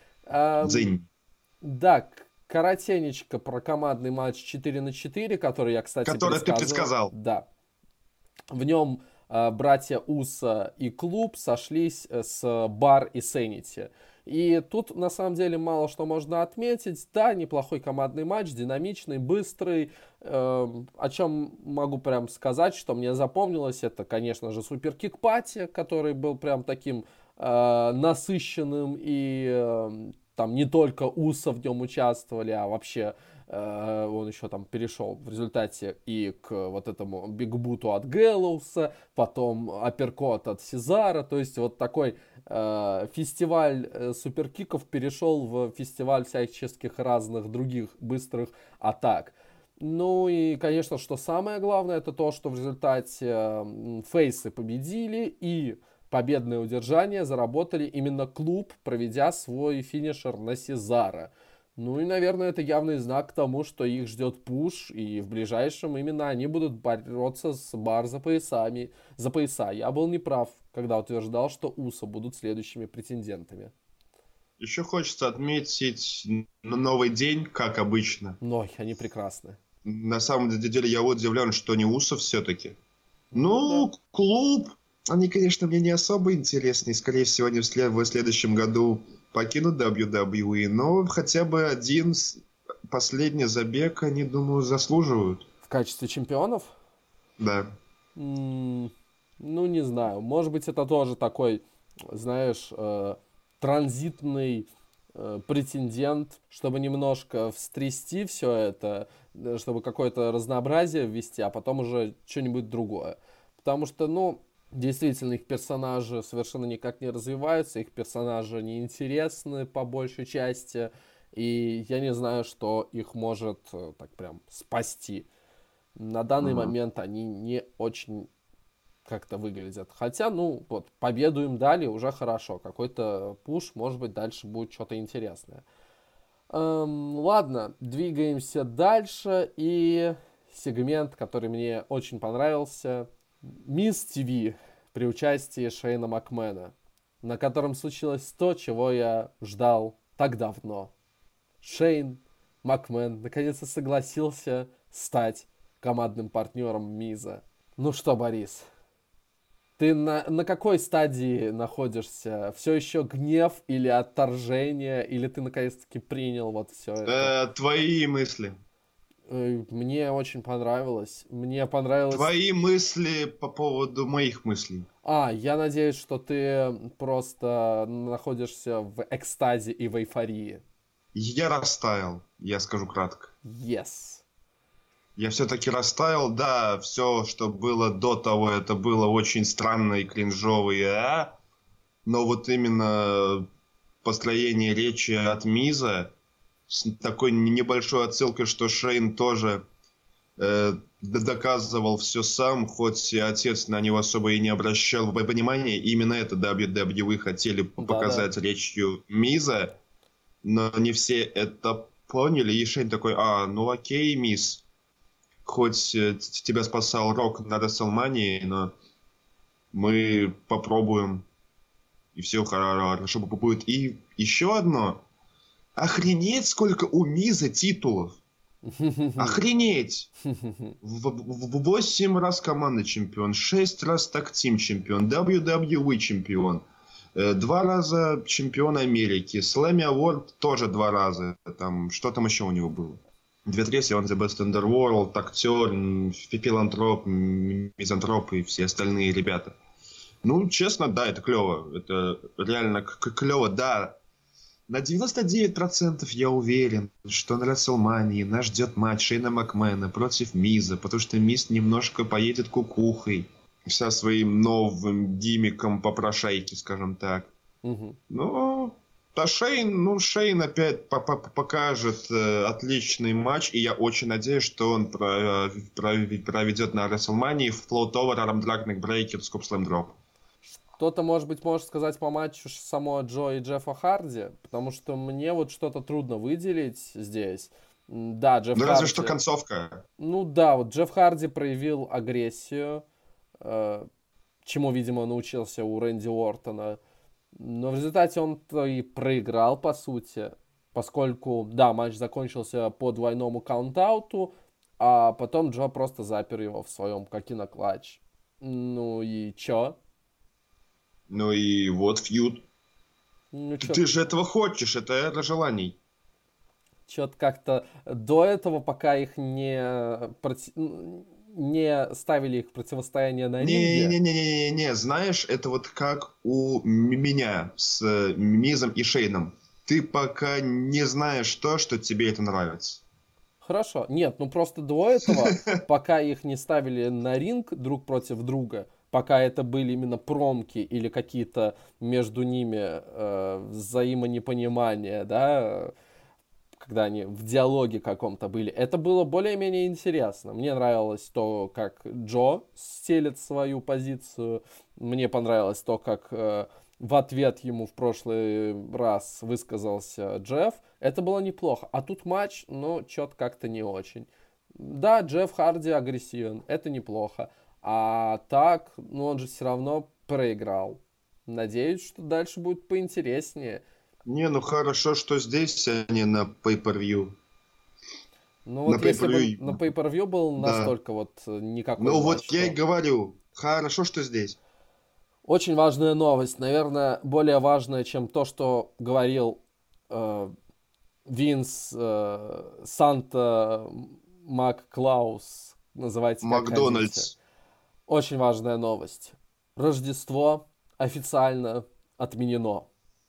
Дзынь. Да, коротенечко про командный матч четыре на четыре, который я, кстати, который предсказывал. ты предсказал. Да. В нем э, братья Уса и Клуб сошлись с Бар и Сэнити. И тут, на самом деле, мало что можно отметить. Да, неплохой командный матч, динамичный, быстрый. Э, о чем могу прям сказать, что мне запомнилось, это, конечно же, суперкик пати, который был прям таким э, насыщенным. И э, там не только Уса в нем участвовали, а вообще э, он еще там перешел в результате и к вот этому бигбуту от Гэллоуса, потом апперкот от Сезара. То есть вот такой э, фестиваль э, суперкиков перешел в фестиваль всяческих разных других быстрых атак. Ну и, конечно, что самое главное, это то, что в результате э, фейсы победили, и победное удержание заработали именно Клуб, проведя свой финишер на Сезара. Ну и, наверное, это явный знак к тому, что их ждет пуш, и в ближайшем именно они будут бороться с Бар за поясами, за пояса. Я был неправ, когда утверждал, что Уса будут следующими претендентами. Еще хочется отметить новый день, как обычно. Ой, они прекрасны. На самом деле я удивлен, что не Уса все-таки. Ну, да. Клуб, они, конечно, мне не особо интересны. Скорее всего, они в, след- в следующем году покинут дабл ю дабл ю и. Но хотя бы один последний забег, они, думаю, заслуживают. В качестве чемпионов? Да. М- ну, не знаю. Может быть, это тоже такой, знаешь, э- транзитный э- претендент, чтобы немножко встрясти все это, чтобы какое-то разнообразие ввести, а потом уже что-нибудь другое. Потому что, ну, действительно, их персонажи совершенно никак не развиваются, их персонажи неинтересны по большей части, и я не знаю, что их может так прям спасти. На данный ага. момент они не очень как-то выглядят. Хотя, ну, вот, победу им дали, уже хорошо. Какой-то пуш, может быть, дальше будет что-то интересное. Эм, ладно, двигаемся дальше, и сегмент, который мне очень понравился, Мисс ТВ при участии Шейна Макмена, на котором случилось то, чего я ждал так давно. Шейн Макмен наконец-то согласился стать командным партнером Миза. Ну что, Борис, ты на, на какой стадии находишься? Все еще гнев или отторжение? Или ты наконец-таки принял вот все это? Э, твои мысли. Мне очень понравилось. Мне понравилось... Твои мысли по поводу моих мыслей. А, я надеюсь, что ты просто находишься в экстазе и в эйфории. Я растаял, я скажу кратко. Yes. Я все-таки растаял, да, все, что было до того, это было очень странно и кринжово, а? Но вот именно построение речи от Миза с такой небольшой отсылкой, что Шейн тоже э, доказывал все сам, хоть и отец на него особо и не обращал внимания. Именно это дабл ю дабл ю и хотели показать да, да. речью Миза, но не все это поняли. И Шейн такой: а, ну окей, Миз, хоть э, тебя спасал Рок на Расселмании, но мы попробуем, и все хорошо будет. И еще одно. Охренеть, сколько у Миза титулов. Охренеть. Восемь раз командный чемпион, шесть раз таг-тим чемпион, дабл ю дабл ю и чемпион, два раза чемпион Америки, Слэмми Аворд тоже два раза. Там, что там еще у него было? Две трети, он The Best in the World, актер, филантроп, мизантроп и все остальные ребята. Ну, честно, да, это клево. Это реально клево, да. На девяносто девять процентов я уверен, что на Расселмании нас ждет матч Шейна Макмена против Миза, потому что Миз немножко поедет кукухой со своим новым гиммиком попрошайки, скажем так. Угу. Ну, а Шейн, ну, Шейн опять покажет э, отличный матч, и я очень надеюсь, что он про- про- проведет на Расселмании Flow Tower, Arm Drag, Neckbreaker, Scoop Slam Drop. Кто-то, может быть, может сказать по матчу Самоа Джо и Джеффа Харди, потому что мне вот что-то трудно выделить здесь. Да, Джефф Ну, Харди... разве что концовка. Ну да, вот Джефф Харди проявил агрессию, э, чему, видимо, научился у Рэнди Уортона. Но в результате он-то и проиграл, по сути, поскольку, да, матч закончился по двойному каунт-ауту, а потом Джо просто запер его в своем кокино-клатч. Ну и чё? Ну и вот фьюд. Ну, Ты, чё, ты же этого хочешь, это эра желаний. чё-то как-то до этого, пока их не, проти- не ставили их противостояние на ринге. Не-не-не-не-не, знаешь, это вот как у м- меня с э, Мизом и Шейном. Ты пока не знаешь то, что тебе это нравится. Хорошо. Нет, ну просто до этого, пока их не ставили на ринг друг против друга, пока это были именно промки или какие-то между ними э, взаимонепонимания, да, когда они в диалоге каком-то были, это было более-менее интересно. Мне нравилось то, как Джо стелит свою позицию. Мне понравилось то, как э, в ответ ему в прошлый раз высказался Джефф. Это было неплохо. А тут матч, ну, что-то как-то не очень. Да, Джефф Харди агрессивен, это неплохо. А так, ну, он же все равно проиграл. Надеюсь, что дальше будет поинтереснее. Не, ну хорошо, что здесь, а не на pay-per-view. Ну На вот если бы на pay-per-view, pay-per-view был да. настолько вот э, никакой Ну вот матч, я и то... говорю, хорошо, что здесь. Очень важная новость, наверное, более важная, чем то, что говорил э, Винс э, Санта Макклаус, называйте как хотите. Макдональдс. Очень важная новость. Рождество официально отменено.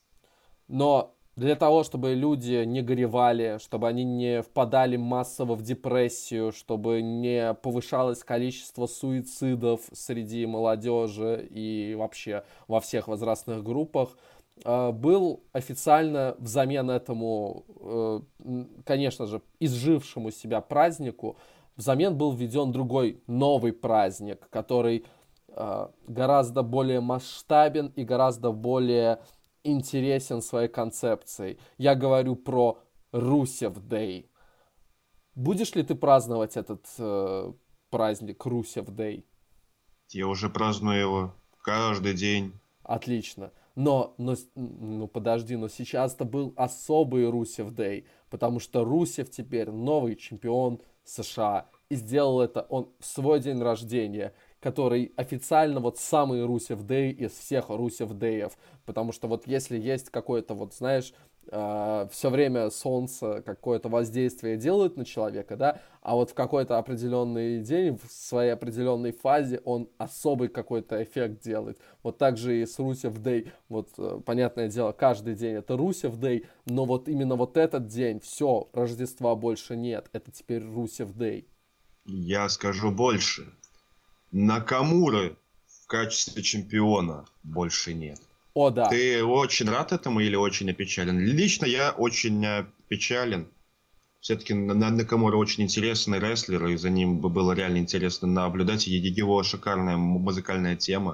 Но для того, чтобы люди не горевали, чтобы они не впадали массово в депрессию, чтобы не повышалось количество суицидов среди молодежи и вообще во всех возрастных группах, э, был официально взамен этому, э, конечно же, изжившему себя празднику, взамен был введен другой новый праздник, который э, гораздо более масштабен и гораздо более интересен своей концепцией. Я говорю про Русев Дэй. Будешь ли ты праздновать этот э, праздник Русев Дэй? Я уже праздную его каждый день. Отлично. Но, но, ну подожди, но сейчас-то был особый Русев Дэй, потому что Русев теперь новый чемпион США. И сделал это он в свой день рождения, который официально вот самый Русев Дэй из всех Русев Дэев. Потому что вот если есть какое-то вот, знаешь, э, все время солнце какое-то воздействие делает на человека, да, а вот в какой-то определенный день, в своей определенной фазе он особый какой-то эффект делает. Вот так же и с Русев Дэй. Вот, э, понятное дело, каждый день это Русев Дэй, но вот именно вот этот день, все, Рождества больше нет, это теперь Русев Дэй. Я скажу больше. Накамуры в качестве чемпиона больше нет. О, да. Ты очень рад этому или очень опечален? Лично я очень опечален. Все-таки Накамура очень интересный рестлер, и за ним было реально интересно наблюдать. Его шикарная музыкальная тема.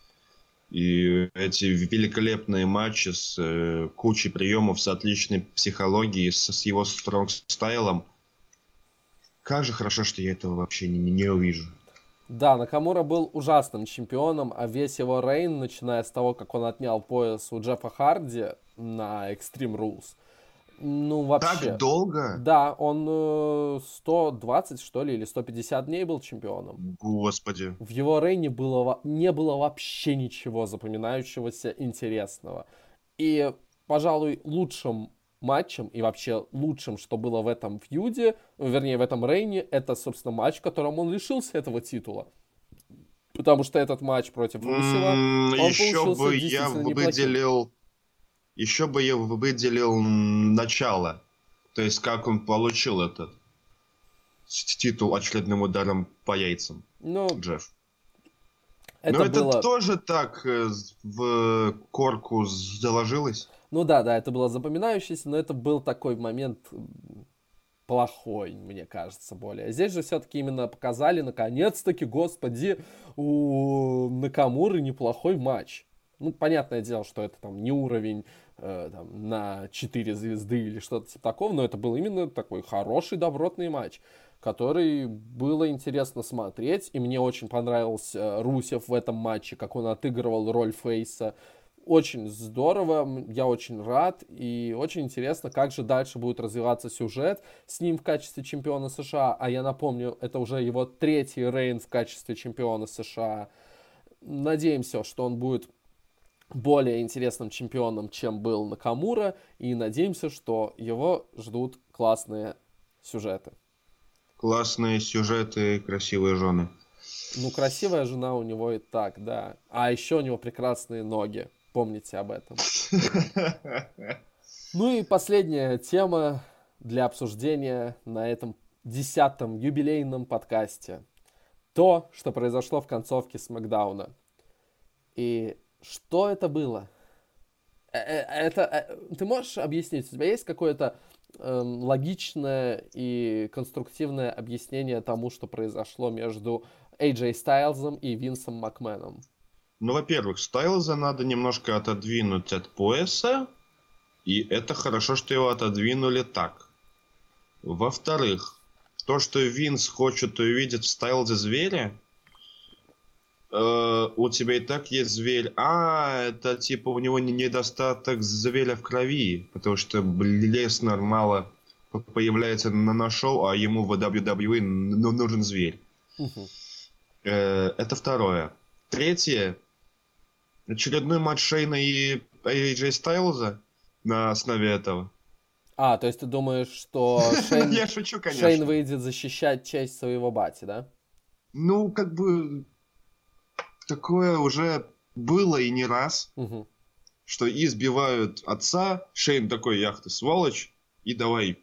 И эти великолепные матчи с э, кучей приемов, с отличной психологией, с, с его стронг-стайлом. Как же хорошо, что я этого вообще не, не увижу. Да, Накамура был ужасным чемпионом, а весь его рейн, начиная с того, как он отнял пояс у Джеффа Харди на Extreme Rules, ну вообще... Так долго? Да, он э, сто двадцать, что ли, или сто пятьдесят дней был чемпионом. Господи. В его рейне было, не было вообще ничего запоминающегося интересного. И, пожалуй, лучшим матчем и вообще лучшим, что было в этом фьюде, вернее, в этом рейне, это, собственно, матч, в котором он лишился этого титула. Потому что этот матч против Русева, М-м, он еще получился бы я действительно неплохим. выделил еще бы я выделил начало. То есть, как он получил этот титул очередным ударом по яйцам, Ну, Джефф. Но это это было... тоже так э, в корку заложилось. Ну да, да, это было запоминающееся, но это был такой момент плохой, мне кажется, более. Здесь же все-таки именно показали, наконец-таки, господи, у Накамуры неплохой матч. Ну, понятное дело, что это там не уровень э, там, на четыре звезды или что-то типа такого, но это был именно такой хороший, добротный матч, который было интересно смотреть, и мне очень понравился Русев в этом матче, как он отыгрывал роль Фейса. Очень здорово, я очень рад, и очень интересно, как же дальше будет развиваться сюжет с ним в качестве чемпиона США, а я напомню, это уже его третий рейн в качестве чемпиона США. Надеемся, что он будет более интересным чемпионом, чем был Накамура, и надеемся, что его ждут классные сюжеты. Классные сюжеты, красивые жены. Ну, красивая жена у него и так, да. А еще у него прекрасные ноги. Помните об этом. Ну и последняя тема для обсуждения на этом десятом юбилейном подкасте. То, что произошло в концовке Смакдауна. И что это было? Это, ты можешь объяснить? У тебя есть какое-то эм, логичное и конструктивное объяснение тому, что произошло между эй джей Стайлзом и Винсом Макменом? Ну, во-первых, Стайлза надо немножко отодвинуть от пояса, и это хорошо, что его отодвинули так. Во-вторых, то, что Винс хочет увидеть в Стайлзе зверя, э, у тебя и так есть зверь. А, это типа у него недостаток зверя в крови, потому что Леснер мало появляется на, на шоу, а ему в дабл ю дабл ю и нужен зверь. Угу. Э, это второе. Третье. Очередной матч Шейна и эй джей Стайлза на основе этого. А, то есть ты думаешь, что Шейн, Я шучу, конечно. Шейн выйдет защищать честь своего бати, да? Ну, как бы такое уже было и не раз, Угу. что избивают отца, Шейн такой, яхты сволочь, и давай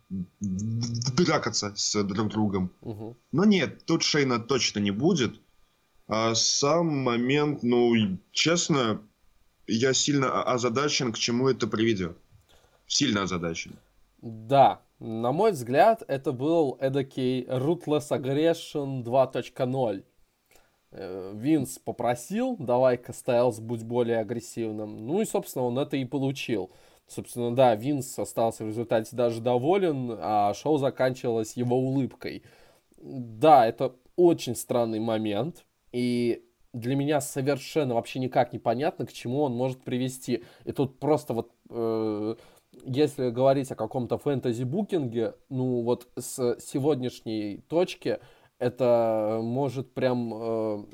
дракаться с друг другом. Угу. Но нет, тут Шейна точно не будет. А сам момент, ну, честно, я сильно озадачен, к чему это приведет. Сильно озадачен. Да, на мой взгляд, это был эдакий Ruthless Aggression два точка ноль. Винс попросил, давай-ка, Стайлз, будь более агрессивным. Ну и, собственно, он это и получил. Собственно, да, Винс остался в результате даже доволен, а шоу заканчивалось его улыбкой. Да, это очень странный момент, и для меня совершенно вообще никак не понятно, к чему он может привести. И тут просто вот, э, если говорить о каком-то фэнтези-букинге, ну вот с сегодняшней точки это может прям э,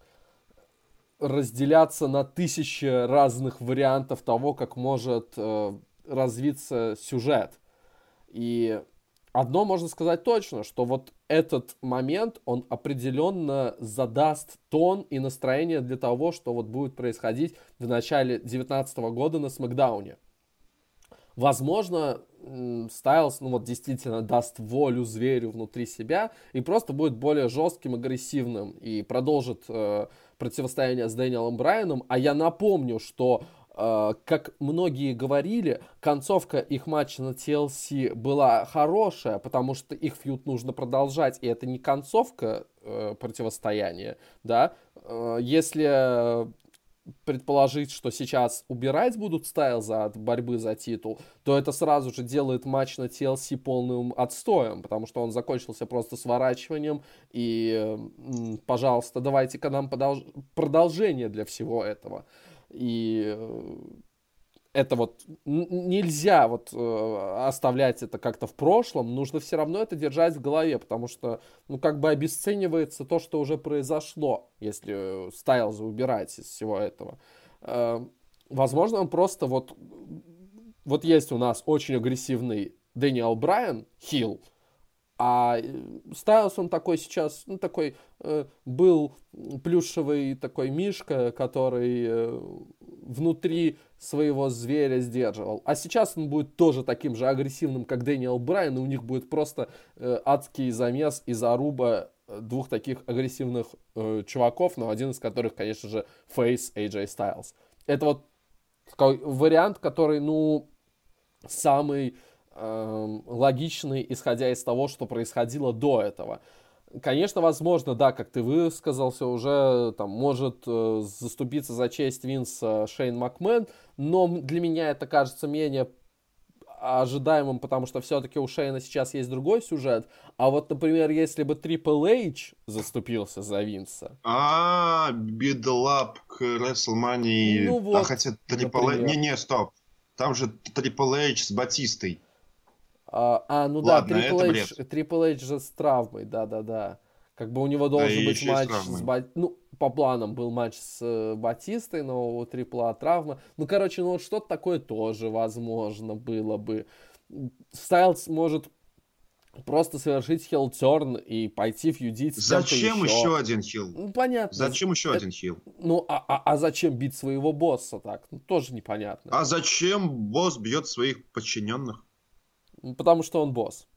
разделяться на тысячи разных вариантов того, как может э, развиться сюжет. И одно можно сказать точно, что вот этот момент, он определенно задаст тон и настроение для того, что вот будет происходить в начале две тысячи девятнадцатого года на Смакдауне. Возможно, Стайлз, ну вот действительно даст волю зверю внутри себя и просто будет более жестким, агрессивным и продолжит э, противостояние с Дэниелом Брайаном. А я напомню, что, э, как многие говорили, концовка их матча на ти эл си была хорошая, потому что их фьюд нужно продолжать, и это не концовка э, противостояния, да. Э, если предположить, что сейчас убирать будут Стайлза от борьбы за титул, то это сразу же делает матч на ти эл си полным отстоем, потому что он закончился просто сворачиванием, и, пожалуйста, давайте-ка нам подолж... продолжение для всего этого. И это вот нельзя вот э, оставлять это как-то в прошлом, нужно все равно это держать в голове, потому что, ну, как бы обесценивается то, что уже произошло, если Стайлза убирать из всего этого. Э, возможно, он просто вот, вот есть у нас очень агрессивный Дэниел Брайан, хил, а Стайлз, он такой сейчас, ну, такой э, был плюшевый такой мишка, который э, внутри своего зверя сдерживал. А сейчас он будет тоже таким же агрессивным, как Дэниел Брайан, и у них будет просто э, адский замес и заруба двух таких агрессивных э, чуваков, но один из которых, конечно же, фейс эй джей Styles. Это вот такой вариант, который, ну, самый э, логичный, исходя из того, что происходило до этого. Конечно, возможно, да, как ты высказался, уже там может э, заступиться за честь Винса Шейн Макмен, но для меня это кажется менее ожидаемым, потому что все-таки у Шейна сейчас есть другой сюжет. А вот, например, если бы Трипл Эйч заступился за Винса. А, бидлап к WrestleMania. Ну вот, а хотя Трипл Эйч... Не-не, стоп. Там же Трипл Эйч с Батистой. А, а ну Ладно, да, Трипл Эйч, бред. Трипл Эйч же с травмой, да-да-да. Как бы у него должен Да, быть матч с Батистой. Ну, по планам был матч с э, Батистой, но у Трипла травма. Ну, короче, ну вот что-то такое тоже возможно было бы. Стайлз может просто совершить хилтерн и пойти фьюдить с кем-то Зачем еще. еще один хил? Ну, понятно. Зачем еще Это- один хил? Ну, а, а, а зачем бить своего босса так? Ну, тоже непонятно. А зачем босс бьет своих подчиненных? Ну, Потому что он босс.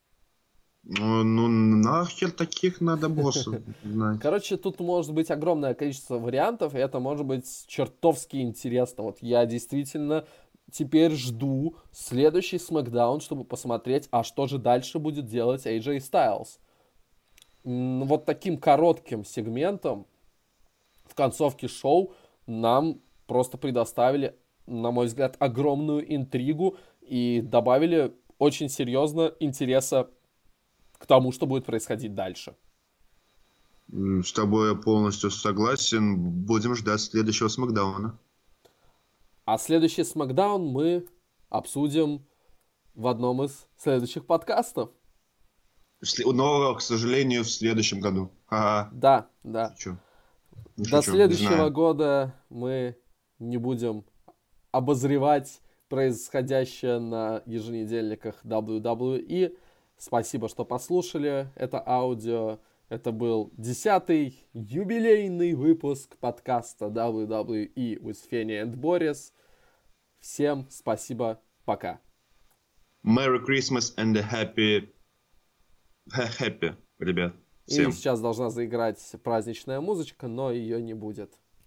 Ну, ну нахер таких надо боссов знать. Короче, тут может быть огромное количество вариантов, и это может быть чертовски интересно. Вот я действительно теперь жду следующий Смакдаун, чтобы посмотреть, а что же дальше будет делать эй джей Styles. М, Вот таким коротким сегментом в концовке шоу нам просто предоставили, на мой взгляд, огромную интригу и добавили очень серьезно интереса к тому, что будет происходить дальше. М, С тобой я полностью согласен. Будем ждать следующего Смакдауна. А следующий Смакдаун мы обсудим в одном из следующих подкастов. В сле- Но, к сожалению, в следующем году. Ага. Да, да. Шучу. Не До шучу, не следующего знаю. года мы не будем обозревать происходящее на еженедельниках дабл ю дабл ю и. Спасибо, что послушали это аудио. Это был десятый юбилейный выпуск подкаста дабл ю дабл ю и with Феня and Boris. Всем спасибо, пока. Merry Christmas and a happy... ha- Happy, ребят. И Всем. сейчас должна заиграть праздничная музычка, но ее не будет.